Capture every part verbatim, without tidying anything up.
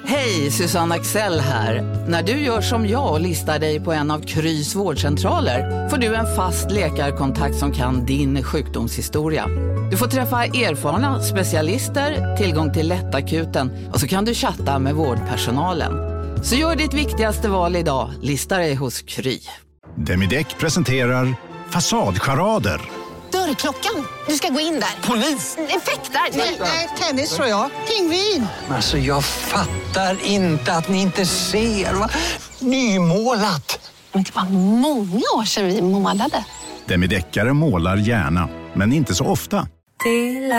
Hej, Susanne Axel här. När du gör som jag och listar dig på en av Krys vårdcentraler får du en fast läkarkontakt som kan din sjukdomshistoria. Du får träffa erfarna specialister, tillgång till lättakuten och så kan du chatta med vårdpersonalen. Så gör ditt viktigaste val idag, listar dig hos Kry. Demideck presenterar Fasadcharader. Dörrklockan, du ska gå in där. Polis? Effektar? Nej, tennis tror jag. Pingvin. Alltså jag fattar inte att ni inte ser. Va? Nymålat. Men det var många år sedan vi målade. Demideckare målar gärna, men inte så ofta. Hej,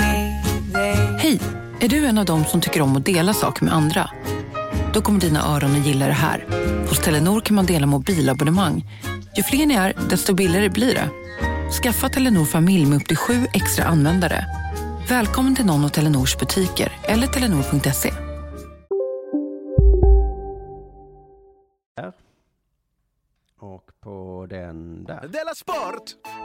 är du en av dem som tycker om att dela saker med andra? Då kommer dina öron att gilla det här. Hos Telenor kan man dela mobilabonnemang. Ju fler ni är, desto billigare blir det. Skaffa Telenor familj med upp till sju extra användare. Välkommen till någon av Telenors butiker eller telenor punkt se. Och på den där. Della Sport!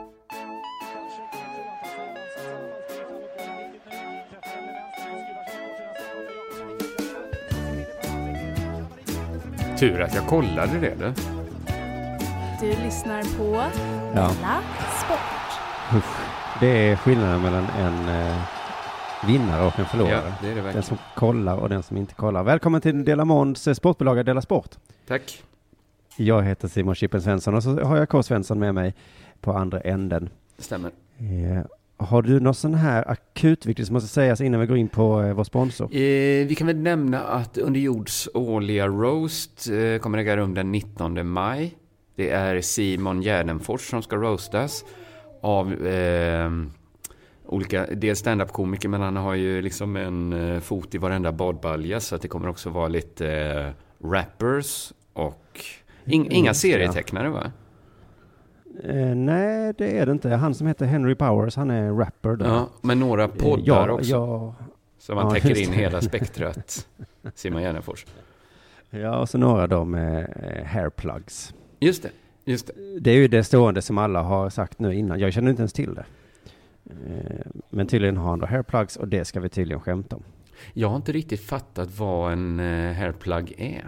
Tur att jag kollade det, du. Du lyssnar på Ja. Della Sport. Usch. Det är skillnaden mellan en eh, vinnare och en förlorare. Ja, det är det verkligen. Den som kollar och den som inte kollar. Välkommen till Della Måns sportbolag Della Sport. Tack. Jag heter Simon Chippen Svensson och så har jag K. Svensson med mig på andra änden. Stämmer. Eh, har du något sån här akutviktigt som måste sägas innan vi går in på eh, vår sponsor? Eh, vi kan väl nämna att Underjords årliga roast eh, kommer äga rum den nittonde maj. Det är Simon Gärdenfors som ska roastas av eh, olika, dels stand-up-komiker, men han har ju liksom en eh, fot i varenda badbalja, så att det kommer också vara lite eh, rappers och in, inga serietecknare, va? Eh, nej, det är det inte. Han som heter Henry Powers, han är rapper då. Ja, men några poddar ja, också. Ja, så man ja, täcker just in det. hela spektrat. Simon Gärdenfors. Ja, och så några då med eh, hairplugs. Just det, just det. Det är ju det stående som alla har sagt nu innan. Jag känner inte ens till det. Eh, men tydligen har han då hairplugs och det ska vi tydligen skämta om. Jag har inte riktigt fattat vad en uh, hairplug är.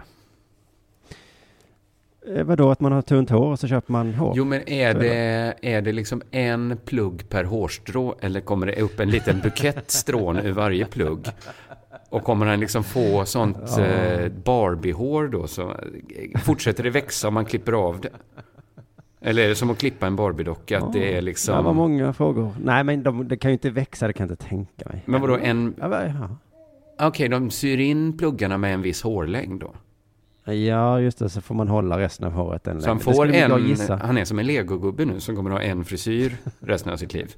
Eh, vadå, att man har tunt hår och så köper man hår? Jo, men är det, är det liksom en plugg per hårstrå, eller kommer det upp en liten bukett strån ur varje plugg? Och kommer han liksom få sånt ja. eh, Barbie-hår då, så fortsätter det växa om man klipper av det? Eller är det som att klippa en Barbie-docka? Att ja. det är liksom... Det var många frågor. Nej, men de, det kan ju inte växa, det kan jag inte tänka mig. Men vadå, en... Ja, ja. Okej, okay, de syr in pluggarna med en viss hårlängd då? Ja, just det, så får man hålla resten av håret en så han får en... Han är som en legogubbe nu som kommer att ha en frisyr resten av sitt liv.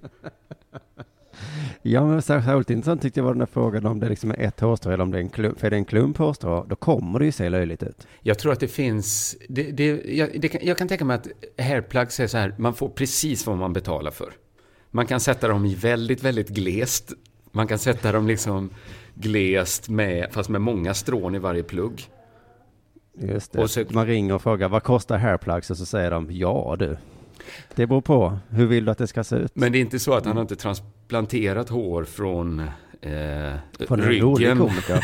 Ja, men särskilt intressant tyckte jag var den där frågan om det liksom är ett hårstrå eller om det är en klump. För är det en klump hårstrå, då kommer det ju se löjligt ut. Jag tror att det finns... Det, det, jag, det kan, jag kan tänka mig att hairplugs är så här, man får precis vad man betalar för. Man kan sätta dem i väldigt, väldigt glest. Man kan sätta dem liksom glest med, fast med många strån i varje plugg. Just det. Och så, man ringer och frågar, vad kostar hairplugs? Och så säger de, ja du. Det beror på. Hur vill du att det ska se ut? Men det är inte så att han har inte transplanterat hår från, eh, från ryggen.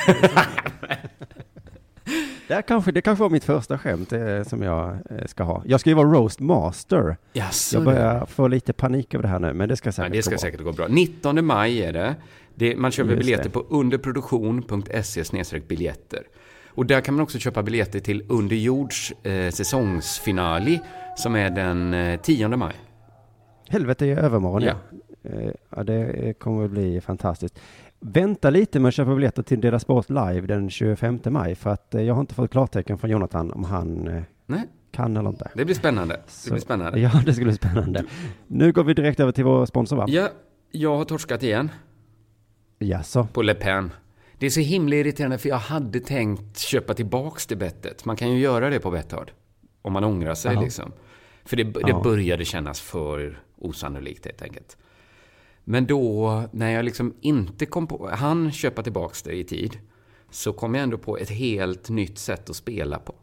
det, kanske, det kanske var mitt första skämt eh, som jag eh, ska ha. Jag ska ju vara roast master. Yes, jag börjar det. få lite panik över det här nu, men det ska säkert, ja, det ska gå, säkert gå bra. nittonde maj är det. det man köper Just biljetter det. på underproduktion punkt se snedstreck biljetter. Och där kan man också köpa biljetter till Underjords eh, säsongsfinali som är den eh, tionde maj. Helvete är övermorgon, ja. Ja. Eh, ja, det kommer att bli fantastiskt. Vänta lite med att köpa biljetter till Della Sport live den tjugofemte maj, för att eh, jag har inte fått klartecken från Jonathan om han eh, Nej. kan eller inte. Det blir spännande. Så, det blir spännande. Ja, det skulle bli spännande. Nu går vi direkt över till vår sponsor, va? Ja, jag har torskat igen. Jaså? På Le Pen. Det är så himla irriterande, för jag hade tänkt köpa tillbaks det bettet. Man kan ju göra det på Betthard. Om man ångrar sig. Aha. liksom. För det, det började kännas för osannolikt helt enkelt. Men då, när jag liksom inte kom på, han köpa tillbaks det i tid, så kom jag ändå på ett helt nytt sätt att spela på.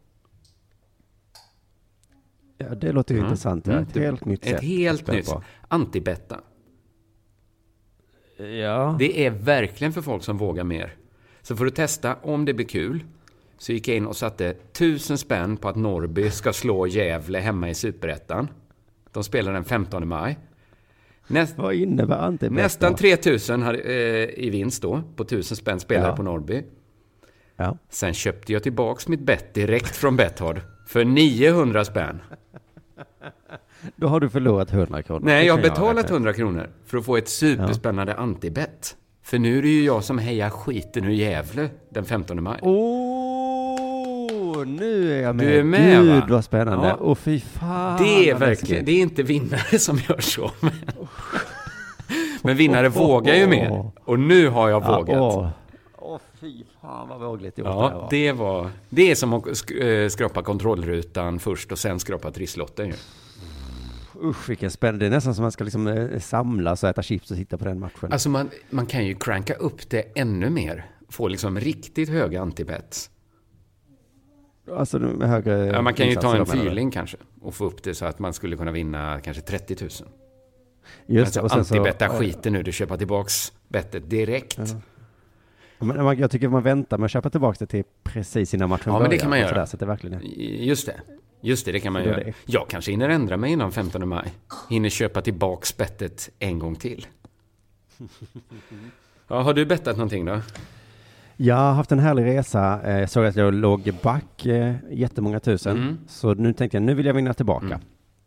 Ja, det låter ju mm. intressant. Ja. Ett mm. helt nytt ett sätt. Ett helt nytt. På. Antibetta. Ja. Det är verkligen för folk som vågar mer. Så för att testa om det blir kul så gick jag in och satte tusen spänn på att Norrby ska slå Gävle hemma i Superettan. De spelar den femtonde maj. Näst, Vad innebär antibett? nästan tre tusen hade, eh, i vinst då på tusen spänn spelare Ja. på Norrby. Ja. Sen köpte jag tillbaks mitt bett direkt från Betthard för niohundra spänn. Då har du förlorat hundra kronor. Nej, Det jag har kan betalat verkligen. hundra kronor för att få ett superspännande antibett. För nu är det ju jag som hejar skiten ur Gävle den femtonde maj. Åh, nu är jag med. Du är med, Gud, va? vad spännande. Ja. Och fy fan. Det är vad verkligen, läskigt. det är inte vinnare som gör så. Men, men vinnare vågar ju mer. Och nu har jag Ja, vågat. åh. Åh, fy fan vad vågligt gjort det här Ja, var. det var det är som att sk- eh, skrapa kontrollrutan först och sen skrapa trisslotten ju. Usch, vilken spännande. Det är nästan som man ska liksom eh, samlas och äta chips och sitta på den matchen. Alltså man, man kan ju cranka upp det ännu mer. Få liksom riktigt höga antibets. Alltså med högre Ja, man kan ju ta en insatser, fyrling kanske och få upp det så att man skulle kunna vinna kanske trettio tusen. Just det. Alltså, Och sen antibetta så, skiten nu, du köper tillbaks bettet direkt. Ja. Men man, jag tycker man väntar med att köpa tillbaka det till precis innan matchen Ja, men börjar. det kan man och göra. sådär, så att det verkligen är. Just det. Just det, det kan man Så då är göra. det- Jag kanske hinner ändra mig innan femtonde maj. Hinner köpa tillbaks bettet en gång till. Ja, har du bettat någonting då? Jag har haft en härlig resa. Eh, Jag såg att jag låg back eh, jättemånga tusen. Mm. Så nu tänkte jag, nu vill jag vinna tillbaka. Mm.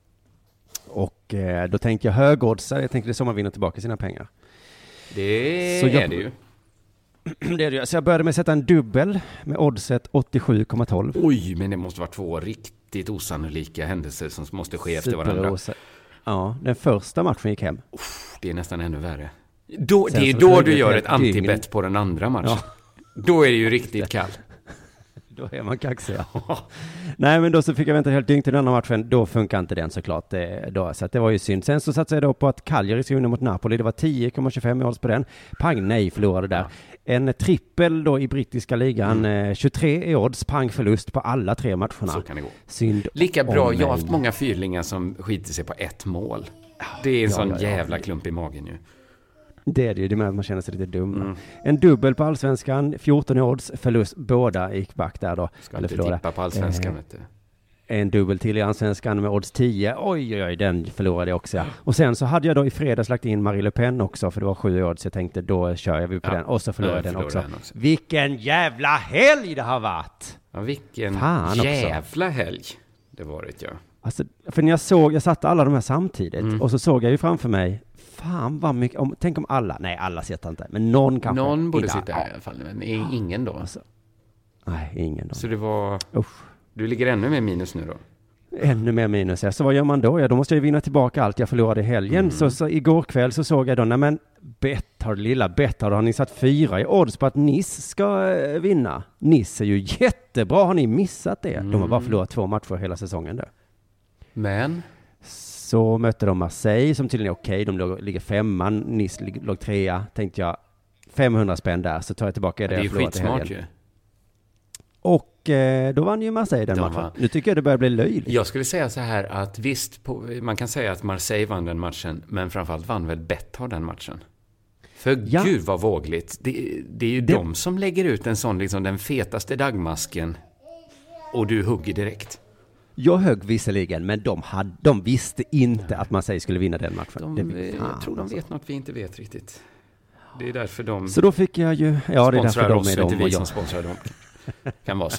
Och eh, då tänkte jag högoddsare. Jag tänkte det är så man vinner tillbaka sina pengar. Det Så jag- är det ju. Det är det ju. Så jag började med att sätta en dubbel med oddset åttiosju komma tolv. Oj, men det måste vara två riktigt osannolika händelser som måste ske efter varandra. Superosa- Ja, den första matchen gick hem. Det är nästan ännu värre. Då, Sen det är så då följde du ett gör helt ett antibett dygn. på den andra matchen. Ja. Då är det ju riktigt kall. Då är man kaxig. Nej, men då så fick jag vänta helt dygn till den andra matchen. Då funkar inte den såklart. Det, då, så att det var ju synd. Sen så satsade jag då på att Cagliari skulle vinna mot Napoli. Det var tio komma tjugofem i odds på den. Pang, nej, förlorade där. En trippel då i brittiska ligan. Mm. Eh, tjugotre i odds, pang förlust på alla tre matcherna. Så kan det gå. Synd. Lika bra, om jag har mig. haft många fyrlingar som skiter sig på ett mål. Det är en Ja, sån ja, ja. jävla klump i magen ju. Det är det ju, det är med att man känner sig lite dum. Mm. En dubbel på allsvenskan, fjorton i odds, förlust, båda gick back där då. Ska Eller inte förlorade. tippa på allsvenskan, Eh, vet du. En dubbel till i allsvenskan med odds tio. Oj, oj, oj, den förlorade jag också. Ja. Och sen så hade jag då i fredags lagt in Marie Le Pen också, för det var sju odds. Jag tänkte, då kör jag på Ja. den. Och så förlorade jag den förlorade också. den också. Vilken jävla helg det har varit! Ja, vilken Fan också. jävla helg det varit, ja. Alltså, för när jag såg, jag satte alla de här samtidigt. Mm. Och så såg jag ju framför mig, fan vad mycket, om, tänk om alla, nej alla sitter inte, men någon kanske. Någon borde Inte sitta alla. här i alla fall, men i- ingen då. Alltså, nej, ingen då. Så det var... Usch. Du ligger ännu mer minus nu då? Ännu mer minus. Ja. Så vad gör man då? Ja, då måste jag ju vinna tillbaka allt jag förlorade i helgen. Mm. Så, så igår kväll så såg jag då, nej men Betthard, lilla Betthard, har ni satt fyra i odds på att Nice ska eh, vinna? Nice är ju jättebra, har ni missat det? De har bara förlorat två matcher hela säsongen där. Men? Så mötte de Marseille som tydligen är okej, de låg, ligger femman, Nice lig, låg trea. Tänkte jag, femhundra spänn där, så tar jag tillbaka det, Det är jag ju förlorat i skitsmart helgen. ju. Och eh, då vann ju Marseille den De matchen. vann. Nu tycker jag det börjar bli löjligt. Jag skulle säga så här att visst, på, man kan säga att Marseille vann den matchen, men framförallt vann väl Betthard den matchen. För Ja. gud vad vågligt. Det, det är ju Det- de som lägger ut en sån, liksom den fetaste dagmasken och du hugger direkt. Jag högg visserligen, men de, hade, de visste inte att Marseille skulle vinna den matchen. De, det, jag fan, tror de alltså. vet något vi inte vet riktigt. Det är därför de Så då fick jag ju, ja det är därför sponsrar de oss, är inte de vi och som jag. sponsrar dem. Kan vara så.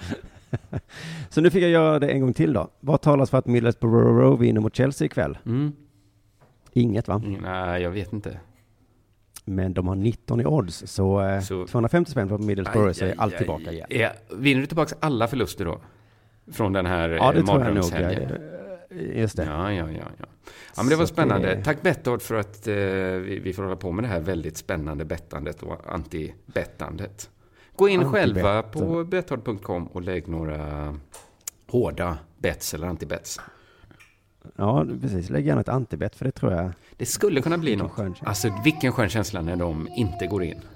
Så nu fick jag göra det en gång till då. Vad talas för att Middlesbrough vinner mot Chelsea ikväll? Mm. Inget va? Nej, jag vet inte. Men de har nitton i odds, så, eh, Så- tvåhundrafemtio spänn på Middlesbrough så är allt aj, tillbaka aj. igen. Är, vinner du tillbaka alla förluster då? Från den här Ja, det eh, tror jag nog. mardrömshelgen? Ja, just det. Ja, ja, ja, ja. Ja, men det var Så spännande. det- Tack Betthard för att eh, vi, vi får hålla på med det här väldigt spännande bettandet och anti-bettandet. Gå in Anti-bet. själva på betthard punkt com och lägg några hårda bets eller antibets. Ja, precis. Lägg gärna ett antibett, för det tror jag. Det skulle kunna bli Vilken något. skön känsla. Alltså, vilken skön känsla när de inte går in.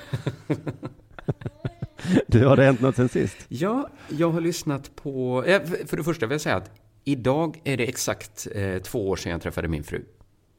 Du, har det hänt något sen sist? Ja, jag har lyssnat på... eh, för- För det första vill jag säga att idag är det exakt eh, två år sedan jag träffade min fru.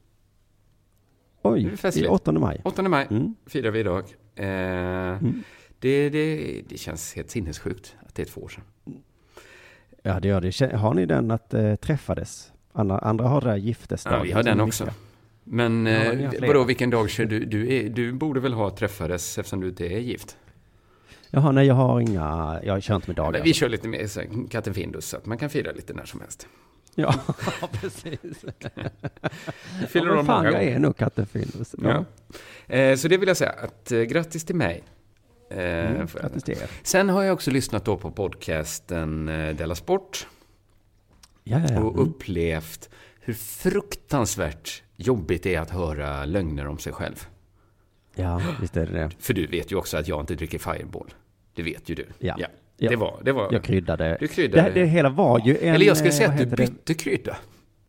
Det är Oj, festligt. det är åttonde maj. åttonde maj Mm. firar vi idag. Eh, Det, det, det känns helt sinnessjukt att det är två år sedan. Ja, det gör det. Har ni den att äh, träffades? Andra, andra har det där giftesdagen. Ja, vi har den också. Vilka? Men ja, eh, vadå, vilken dag kör du? Du, är, du borde väl ha träffades eftersom du inte är gift? Jaha, nej, jag har inga, jag kör inte med dagar. Men vi kör lite mer så här, katten Findus, så att man kan fira lite när som helst. Ja, precis. Fyller ja, fan, jag är nog katten Findus. Ja. Ja. Eh, så det vill jag säga, att eh, grattis till mig. Eh, mm, grattis till er. Sen har jag också lyssnat då på podcasten eh, Della Sport. Ja, ja, ja. Och upplevt hur fruktansvärt jobbigt det är att höra lögner om sig själv. Ja, visst är det det. För du vet ju också att jag inte dricker Fireball. Det vet ju du. Ja. ja. ja. Det var, det var... Jag kryddade. Du kryddade. Det, det hela var ju en... Eller jag skulle säga att du bytte det? krydda.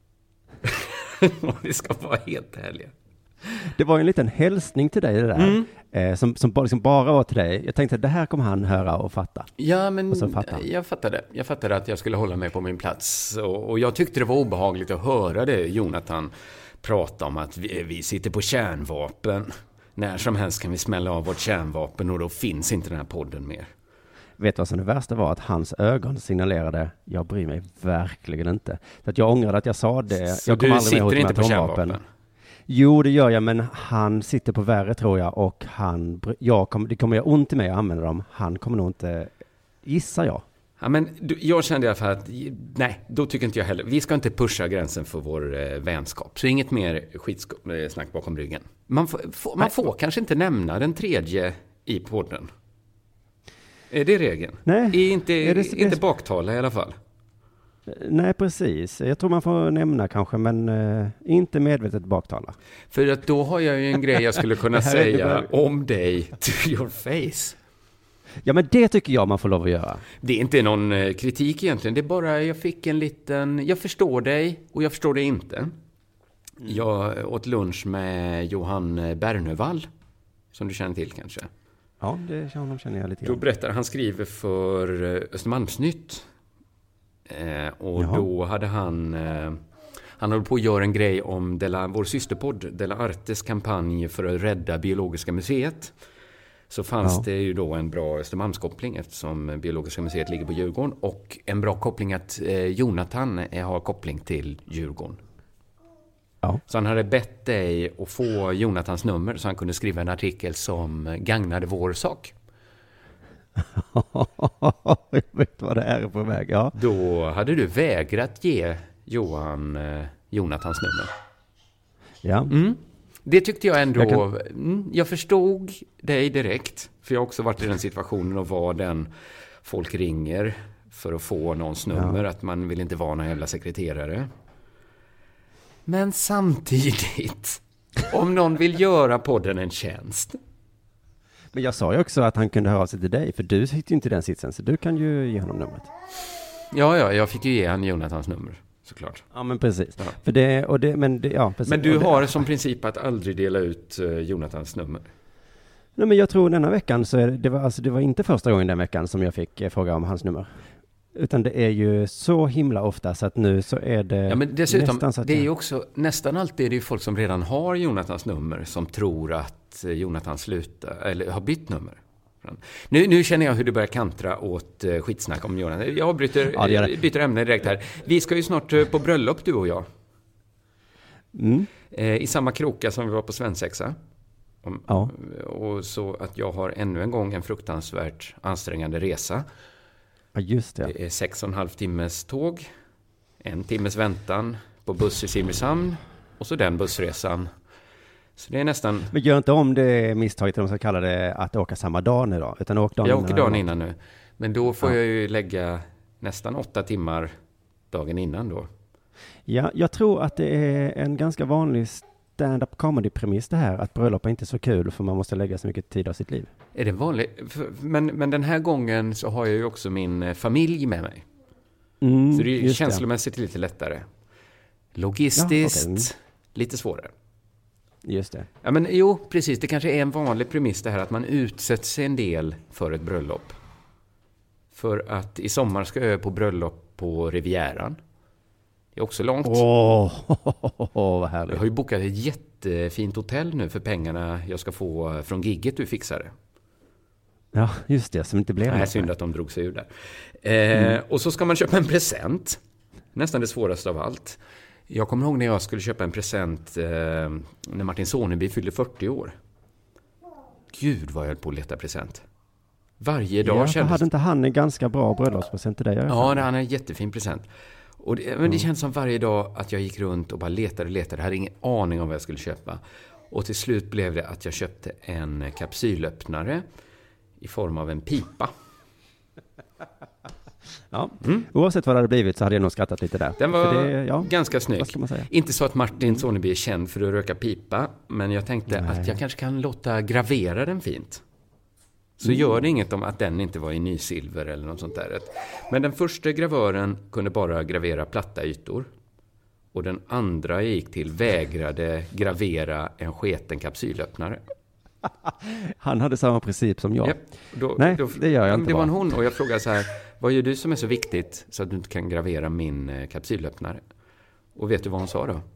Vi ska vara helt ärliga. Det var ju en liten hälsning till dig det där. Mm. Eh, som, som liksom bara var till dig. Jag tänkte att det här kommer han höra och fatta. Ja, men fattar jag fattade. Jag fattade att jag skulle hålla mig på min plats. Och, och jag tyckte det var obehagligt att höra det, Jonathan, prata om att vi, vi sitter på kärnvapen. När som helst kan vi smälla av vårt kärnvapen och då finns inte den här podden mer. Vet du vad som det värsta var? Att hans ögon signalerade, jag bryr mig verkligen inte. Så att jag ångrade att jag sa det. Så jag du sitter inte på kärnvapen? Jo, det gör jag, men han sitter på värre tror jag. Och han, jag kom, det kommer göra ont i mig att använda dem. Han kommer nog inte, gissar jag. Ja, men du, jag kände i alla fall att, nej, då tycker inte jag heller. Vi ska inte pusha gränsen för vår eh, vänskap. Så inget mer skitsnack bakom ryggen. Man, får, får, man får kanske inte nämna den tredje i podden. Är det regeln? Nej. Är inte, är det, inte det... baktala i alla fall? Nej, precis. Jag tror man får nämna kanske, men eh, inte medvetet baktala. För att då har jag ju en grej jag skulle kunna säga om dig to your face. Ja, men det tycker jag man får lov att göra. Det är inte någon kritik egentligen. Det är bara, jag fick en liten... Jag förstår dig och jag förstår dig inte. Mm. Jag åt lunch med Johan Bernövall, som du känner till kanske. Ja, det känner jag lite grann. Då berättar han skriver för Östermalmsnytt. Eh, och Jaha. Då hade han... Eh, han höll på att göra en grej om Della, vår systerpodd, Della Artes kampanj för att rädda Biologiska museet. Så fanns ja. det ju då en bra Östermalmskoppling eftersom Biologiska museet ligger på Djurgården. Och en bra koppling att eh, Jonathan har koppling till Djurgården. Ja. Så han hade bett dig att få Jonathans nummer så han kunde skriva en artikel som gagnade vår sak. Jag vet vad det är på väg, ja. Då hade du vägrat ge Johan eh, Jonathans nummer. Ja. Mm. Det tyckte jag ändå, jag, kan... mm, jag förstod dig direkt. För jag har också varit i den situationen och var den folk ringer för att få någons nummer. Ja. Att man vill inte vara någon jävla sekreterare. Men samtidigt, om någon vill göra podden en tjänst. Men jag sa ju också att han kunde höra av sig till dig. För du sitter ju inte i den sitsen, så du kan ju ge honom numret. Ja, ja, jag fick ju ge han Jonathans nummer. Såklart. Ja, men precis. Ja. För det, och det, men, det, ja, precis. Men du det, har som princip att aldrig dela ut uh, Jonathans nummer? Nej, men jag tror denna veckan så är det, det, var, alltså, det var inte första gången den veckan som jag fick eh, fråga om hans nummer. Utan det är ju så himla ofta så att nu så är det ja, men dessutom, nästan så att det är jag... ju också, nästan alltid är det ju folk som redan har Jonathans nummer som tror att Jonathan slutar, eller har bytt nummer. Nu, nu känner jag hur du börjar kantra åt uh, skitsnack om Jonathan. Jag bryter, ja, byter ämne direkt här. Vi ska ju snart uh, på bröllop, du och jag. Mm. Uh, I samma kroka som vi var på svensexa. Om, ja. Och så att jag har ännu en gång en fruktansvärt ansträngande resa. Ja, just det. Det är sex och en halv timmes tåg. En timmes väntan på buss i Simrishamn. Och så den bussresan. Så det är nästan... Men gör inte om det misstaget de ska kalla det att åka samma dag nu då. Utan åk dagen jag åker dagen innan, innan nu. Men då får ja. jag ju lägga nästan åtta timmar dagen innan då. Ja, jag tror att det är en ganska vanlig stand-up comedy-premiss det här. Att bröllop är inte så kul för man måste lägga så mycket tid av sitt liv. Är det vanligt? Men, men den här gången så har jag ju också min familj med mig. Mm, så det är känslomässigt det. lite lättare. Logistiskt ja, okay. lite svårare. Just det. Ja, men jo, precis. Det kanske är en vanlig premiss det här att man utsätter sig en del för ett bröllop. För att i sommar ska jag på bröllop på Rivieran. Det är också långt. Åh, oh, oh, vad härligt. Jag har ju bokat ett jättefint hotell nu för pengarna jag ska få från gigget du fixade. Ja, just det, som inte blev Nej, något. synd att de drog sig ur där. Eh, mm. Och så ska man köpa en present. Nästan det svåraste av allt. Jag kommer ihåg när jag skulle köpa en present eh, när Martin Soneby fyllde fyrtio år. Gud vad jag höll på att leta present. Varje dag ja, kändes... hade inte han en ganska bra bröllopspresent till dig? Ja, han hade en jättefin present. Och det, men det mm. känns som varje dag att jag gick runt och bara letade och letade. Jag hade ingen aning om vad jag skulle köpa. Och till slut blev det att jag köpte en kapsylöppnare i form av en pipa. Ja, mm. Oavsett vad det hade blivit så hade jag nog skrattat lite där. Den var det, ja, ganska snygg. Inte så att Martin Soneby är känd för att röka pipa, men jag tänkte Nej. att jag kanske kan låta gravera den fint. Så mm. gör det inget om att den inte var i nysilver eller något sånt där. Men den första gravören kunde bara gravera platta ytor. Och den andra gick till vägrade gravera en sketen kapsylöppnare. Han hade samma princip som jag. Ja, då, Nej, då, det gör jag inte. Det var en bara. hon och jag frågade så här, vad gör du som är så viktigt så att du inte kan gravera min eh, kapsylöppnare? Och vet du vad hon sa då?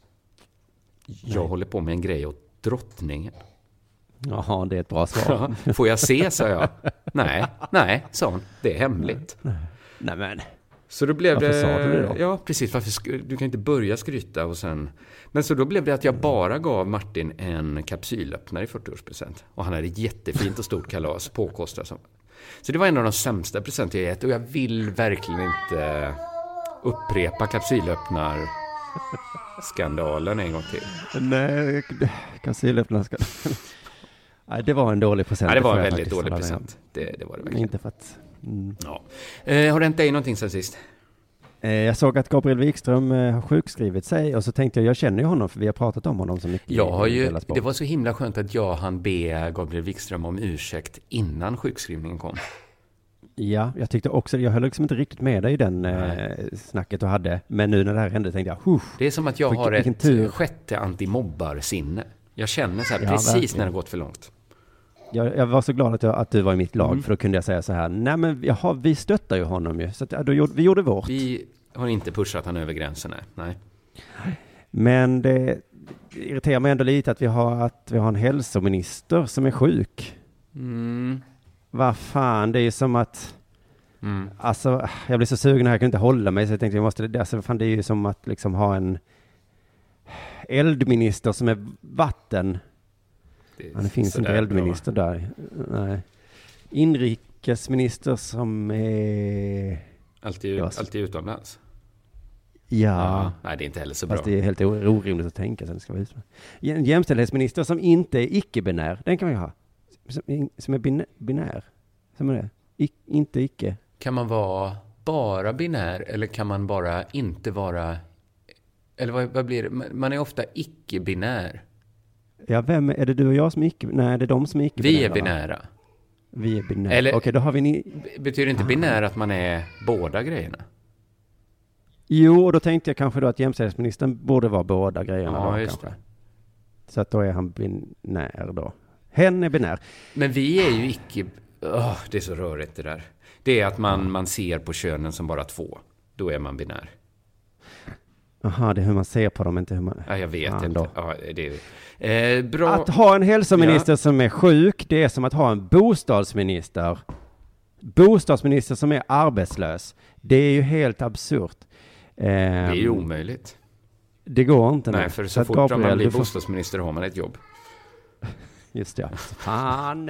Jag Nej. håller på med en grej åt drottningen. Jaha, det är ett bra svar. Ja, får jag se, sa jag. Nej, nej, sa hon. Det är hemligt. Nej, nej men. Så då blev varför det... sa du det då? Ja, precis. Varför, du kan inte börja skryta och sen... Men så då blev det att jag bara gav Martin en kapsylöppnare i fyrtioårspresent. Och han hade ett jättefint och stort kalas påkostat. Så det var en av de sämsta presenter jag gett. Och jag vill verkligen inte upprepa kapsylöppnar skandalen en gång till. Nej, kapsylöppnar ska... Nej, det var en dålig present. Ja, det var en väldigt dålig present. Det, det var det verkligen. Inte för att... Mm. Ja. Eh, har det hänt dig någonting sen sist? Eh, jag såg att Gabriel Wikström eh, har sjukskrivit sig och så tänkte jag, jag känner ju honom för vi har pratat om honom så mycket. Jag har ju, det var så himla skönt att jag hann be Gabriel Wikström om ursäkt innan sjukskrivningen kom. Ja, jag tyckte också, jag höll liksom inte riktigt med dig i den eh, snacket du hade, men nu när det här hände tänkte jag, Huff, det är som att jag har ett tur. sjätte antimobbar-sinne. Jag känner så här ja, precis verkligen. När det gått för långt. Jag, jag var så glad att, jag, att du var i mitt lag, mm. för då kunde jag säga så här, nej men jaha, vi stöttar ju honom ju, så att, då gjorde, vi gjorde vårt. Vi har inte pushat han över gränsen, nej. Men det irriterar mig ändå lite att vi har, att vi har en hälsominister som är sjuk. Mm. Vad fan, det är ju som att, mm. alltså, jag blir så sugen här, jag kan inte hålla mig, så jag tänkte, jag måste, alltså, fan, det är ju som att liksom ha en eldminister som är vatten. Det, ja, det finns inte eldminister bra. Där. Nej. Inrikesminister som är... Alltid, ja, alltid utomlands. Ja. ja. Nej, det är inte heller så fast bra. Det är helt orimligt att tänka sig att det ska vara utomlands. En jämställdhetsminister som inte är icke-binär. Den kan vi ha. Som, som är bin, binär. Som är det. I, inte icke. Kan man vara bara binär eller kan man bara inte vara... Eller vad, vad blir det? Man är ofta icke-binär. Ja, vem är det, du och jag som är icke? Nej, det är de som är icke-binära. Vi är binära. Vi är binära. Eller, okej, då har vi ni... betyder inte binär att man är båda grejerna? Jo, och då tänkte jag kanske då att jämställdhetsministern borde vara båda grejerna. Ja, då, just kanske. Det. Så att då är han binär då. Hen är binär. Men vi är ju icke... Oh, det är så rörigt det där. Det är att man, mm. man ser på könen som bara två. Då är man binär. Jaha, det är hur man ser på dem, inte hur man... Ja, jag vet ja, inte. Ja, det är... eh, bra. Att ha en hälsominister ja. som är sjuk, det är som att ha en bostadsminister. Bostadsminister som är arbetslös. Det är ju helt absurt. Eh, det är ju omöjligt. Det går inte. Nej, för så, så fort Gabriel, man blir bostadsminister har man ett jobb. Just det. Fan!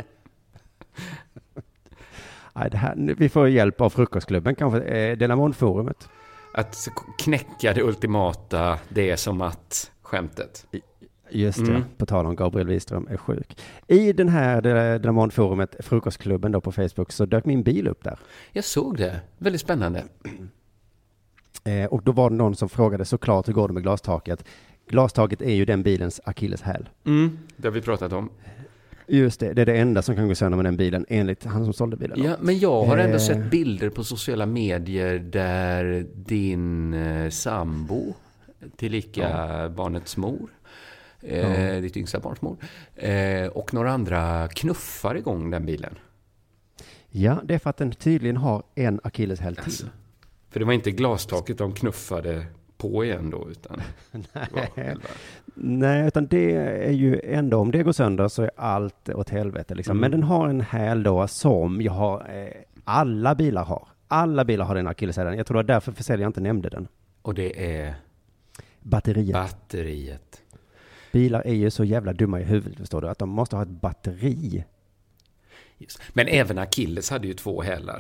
Nej, det här, vi får hjälp av frukostklubben, kanske eh, Delamond-forumet. Att knäcka det ultimata, det är som att skämtet. Just det, mm. på tal om Gabriel Wikström är sjuk. I den här Delamond-forumet, frukostklubben då på Facebook, så dök min bil upp där. Jag såg det, väldigt spännande. Eh, och då var det någon som frågade såklart hur går det med glastaket. Glastaket är ju den bilens akilleshäl. Mm, det har vi pratat om. Just det, det är det enda som kan gå sönder med den bilen, enligt han som sålde bilen. Ja, men jag har ändå eh. sett bilder på sociala medier där din eh, sambo, tillika ja. barnets mor, eh, ja. ditt yngsta barns mor, eh, och några andra knuffar igång den bilen. Ja, det är för att den tydligen har en akilleshäl till. Alltså, för det var inte glastaket de knuffade på igen då, utan Nej. Nej, utan det är ju ändå, om det går sönder så är allt åt helvete liksom. Mm. Men den har en häl då som jag har, eh, alla bilar har. Alla bilar har den akilleshälen. Jag tror det var därför försäljaren inte nämnde den. Och det är? Batteriet. Batteriet. Bilar är ju så jävla dumma i huvudet, förstår du, att de måste ha ett batteri. Just. Men även Achilles hade ju två hälar.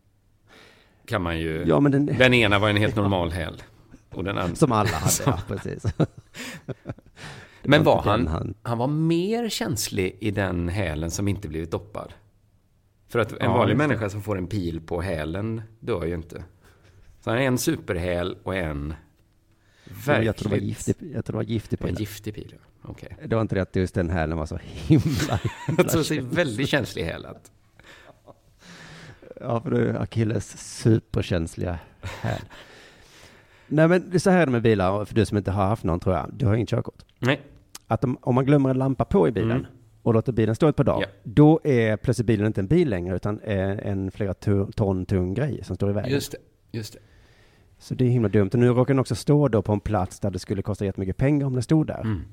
Kan man ju... Ja, men den... den ena var en helt normal häl. Och den andra... Som alla hade, ja, precis. Men var han, han... han var mer känslig i den hälen som inte blivit doppad. För att en ja, vanlig människa som får en pil på hälen dör ju inte. Så han är en superhäl och en... Verkligt... Jag tror det var giftig, jag tror det var giftig pil. En giftig pil, ja. Okay. Det var inte det att just den hälen var så himla... himla jag tror det är väldigt känslig hälat. Ja, för det är Achilles superkänsliga häl. Nej, men det är så här med bilar, för du som inte har haft någon, tror jag. Du har inget körkort. Nej. Att om, om man glömmer en lampa på i bilen mm. och låter bilen stå ett par dagar, ja. Då är plötsligt bilen inte en bil längre, utan en, en flera ton tung grej som står i vägen. Just det, just det. Så det är himla dumt. Och nu råkar den också stå då på en plats där det skulle kosta jättemycket pengar om den stod där. Mm.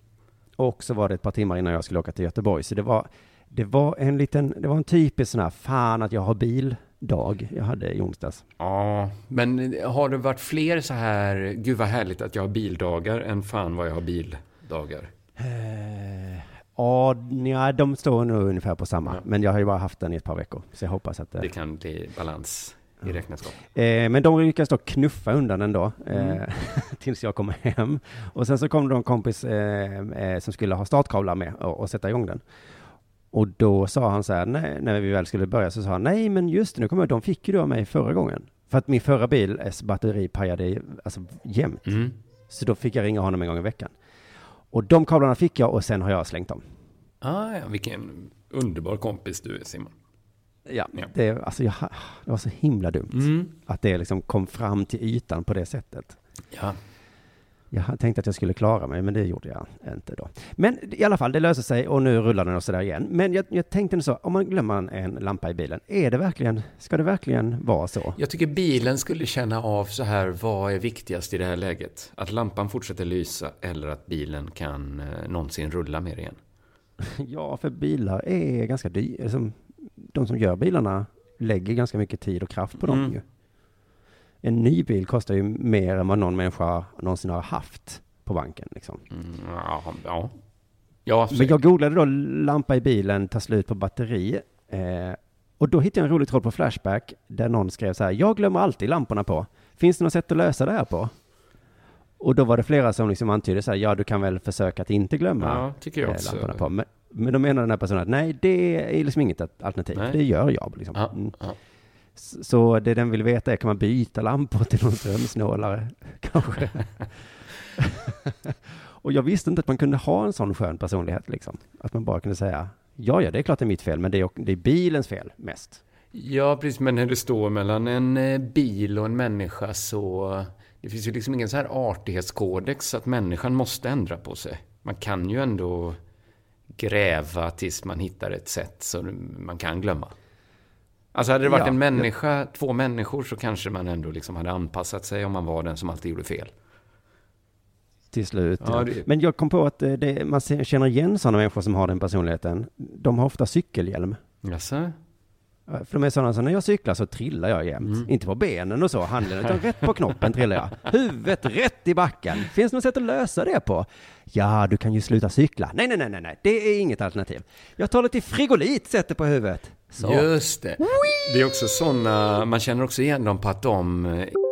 Och så var det ett par timmar innan jag skulle åka till Göteborg. Så det var, det var en liten, det var en typisk sån här, fan att jag har bildag jag hade i onsdags. Ja, men har det varit fler så här, gud vad härligt att jag har bildagar än fan vad jag har bildagar? Eh, ja, ja, de står nog ungefär på samma. Ja. Men jag har ju bara haft den i ett par veckor. Så jag hoppas att det... Det kan bli balans i räkneskap. Eh, men de lyckas då knuffa undan den då. Eh, mm. tills jag kommer hem. Och sen så kom det en kompis eh, eh, som skulle ha startkablar med och, och sätta igång den. Och då sa han så här, nej, när vi väl skulle börja så sa han, nej men just det, nu kommer jag, de fick ju du av mig förra gången. För att min förra bils batteri pajade alltså jämt. Mm. Så då fick jag ringa honom en gång i veckan. Och de kablarna fick jag och sen har jag slängt dem. Ah, ja, vilken underbar kompis du är, Simon. Ja, ja. Det, alltså jag, det var så himla dumt mm. att det liksom kom fram till ytan på det sättet. Ja. Jag tänkte att jag skulle klara mig, men det gjorde jag inte då. Men i alla fall, det löser sig och nu rullar den och sådär igen. Men jag, jag tänkte så, om man glömmer en lampa i bilen, är det verkligen, ska det verkligen vara så? Jag tycker bilen skulle känna av så här, vad är viktigast i det här läget? Att lampan fortsätter lysa eller att bilen kan eh, någonsin rulla mer igen? Ja, för bilar är ganska dyra. Som, de som gör bilarna lägger ganska mycket tid och kraft på dem mm. ju. En ny bil kostar ju mer än vad någon människa någonsin har haft på banken. Liksom. Mm, ja, ja. ja Men jag googlade då lampa i bilen, tar slut på batteri. Eh, och då hittade jag en rolig tråd på Flashback där någon skrev så här, jag glömmer alltid lamporna på. Finns det något sätt att lösa det här på? Och då var det flera som liksom antydde så här, ja du kan väl försöka att inte glömma ja, tycker jag också. lamporna på. Men, men då menar den här personen att nej, det är liksom inget alternativ. Nej. Det gör jag. Liksom. Ja, mm. ja. Så det den vill veta är, kan man byta lampor till någon strömsnålare? Kanske. Och jag visste inte att man kunde ha en sån skön personlighet. Liksom. Att man bara kunde säga, ja, ja, det är klart det är mitt fel, men det är, det är bilens fel mest. Ja, precis, men när det står mellan en bil och en människa så... Det finns ju liksom ingen så här artighetskodex att människan måste ändra på sig. Man kan ju ändå gräva tills man hittar ett sätt så man kan glömma. Alltså hade det varit ja, en människa, ja. två människor så kanske man ändå liksom hade anpassat sig om man var den som alltid gjorde fel. Till slut. Ja, ja. Det... Men jag kom på att det, man känner igen sådana människor som har den personligheten. De har ofta cykelhjälm. Jaså? För de är sådana som när jag cyklar så trillar jag jämt. Mm. Inte på benen och så, handen, utan rätt på knoppen trillar jag. Huvudet rätt i backen. Finns det något sätt att lösa det på? Ja, du kan ju sluta cykla. Nej, nej, nej, nej, nej. Det är inget alternativ. Jag tar lite frigolit, sätter på huvudet. Så. Just det. Whee! Det är också sådana, man känner också igen dem på att de...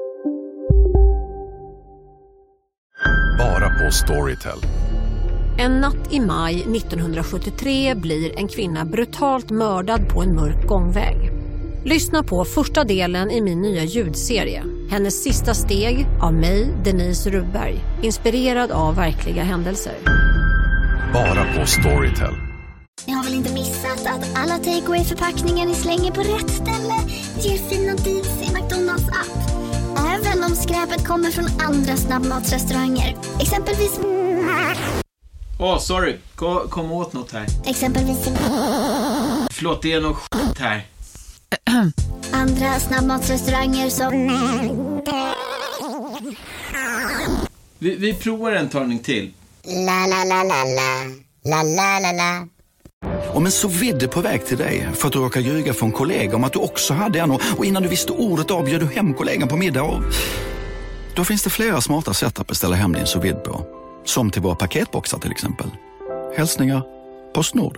Bara på Storytel. En natt i maj nittonhundrasjuttiotre blir en kvinna brutalt mördad på en mörk gångväg. Lyssna på första delen i min nya ljudserie. Hennes sista steg av mig, Denise Rubberg. Inspirerad av verkliga händelser. Bara på Storytel. Ni har väl inte missat att alla takeaway-förpackningar ni slänger på rätt ställe ger fina deals i McDonalds app. Även om skräpet kommer från andra snabbmatsrestauranger. Exempelvis... Åh, oh, sorry. Kom, kom åt något här. Exempelvis... Förlåt, det är något skit här. Andra snabbmatsrestauranger som... Vi, vi provar en talning till. La la la la la. La la la la. Om en så vidde på väg till dig för att du råkar ljuga från kollega om att du också hade en och, och innan du visste ordet av bjöd du hem kollegan på middag och... Då finns det flera smarta sätt att beställa hem din sous vide på. Som till våra paketboxar till exempel. Hälsningar Postnord.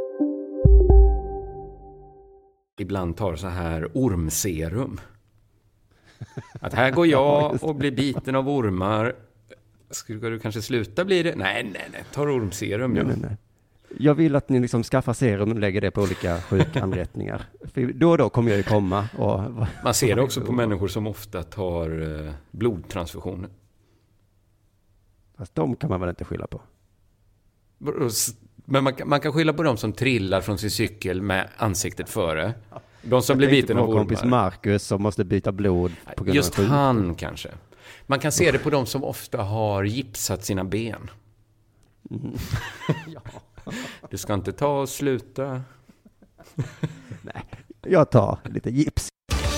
Ibland tar så här ormserum. Att här går jag och blir biten av ormar. Ska du kanske sluta bli det? Nej, nej, nej. Ta ormserum. Nej, nej, nej. Jag vill att ni liksom skaffar serum och lägger det på olika sjuka anrättningar. För då och då kommer jag ju komma. Och... Man ser det också på människor som ofta tar eh, blodtransfusioner. Fast de kan man väl inte skylla på? Men man, man kan skylla på de som trillar från sin cykel med ansiktet före. De som blir biten av ormar. Kompis Marcus som måste byta blod på grund Just av han kanske. Man kan se det på de som ofta har gipsat sina ben. Mm. Ja. Du ska inte ta och sluta. Nej, jag tar lite gips.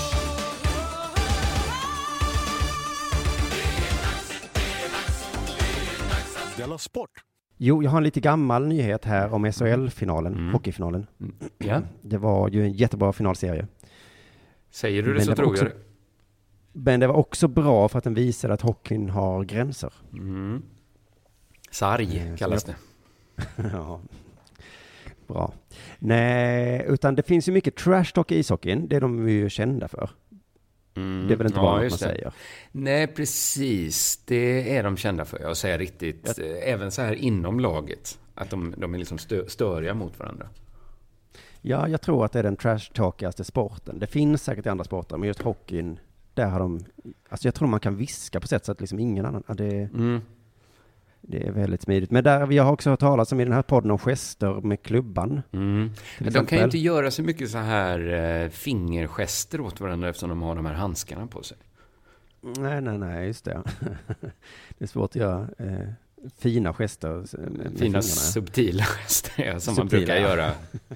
Della Sport. Jo, jag har en lite gammal nyhet här om S H L-finalen, mm. hockeyfinalen. Mm. Ja. Det var ju en jättebra finalserie. Säger du det så tror jag det. Men det var också bra för att den visade att hockeyn har gränser. Mm. Sarg eh, kallas jag... det. Ja, bra. Nej, utan det finns ju mycket trash talk i ishockeyn. Det är de ju kända för. Mm. Det är väl inte ja, bara något man det. säger. Nej, precis. Det är de kända för. Jag säger riktigt. Ja. Även så här inom laget. Att de, de är liksom stö, störiga mot varandra. Ja, jag tror att det är den trash-talkigaste sporten. Det finns säkert i andra sporter, men just hockeyn, där har de... Alltså jag tror man kan viska på sätt så att liksom ingen annan... Ja, det, mm. det är väldigt smidigt. Men där vi har också hört talas om i den här podden om gester med klubban. Mm. De kan ju inte göra så mycket så här eh, fingergester åt varandra eftersom de har de här handskarna på sig. Nej, nej, nej, just det. Det är svårt att göra eh, fina gester. Fina fingrarna. Subtila gester ja, som subtila, man brukar ja. göra.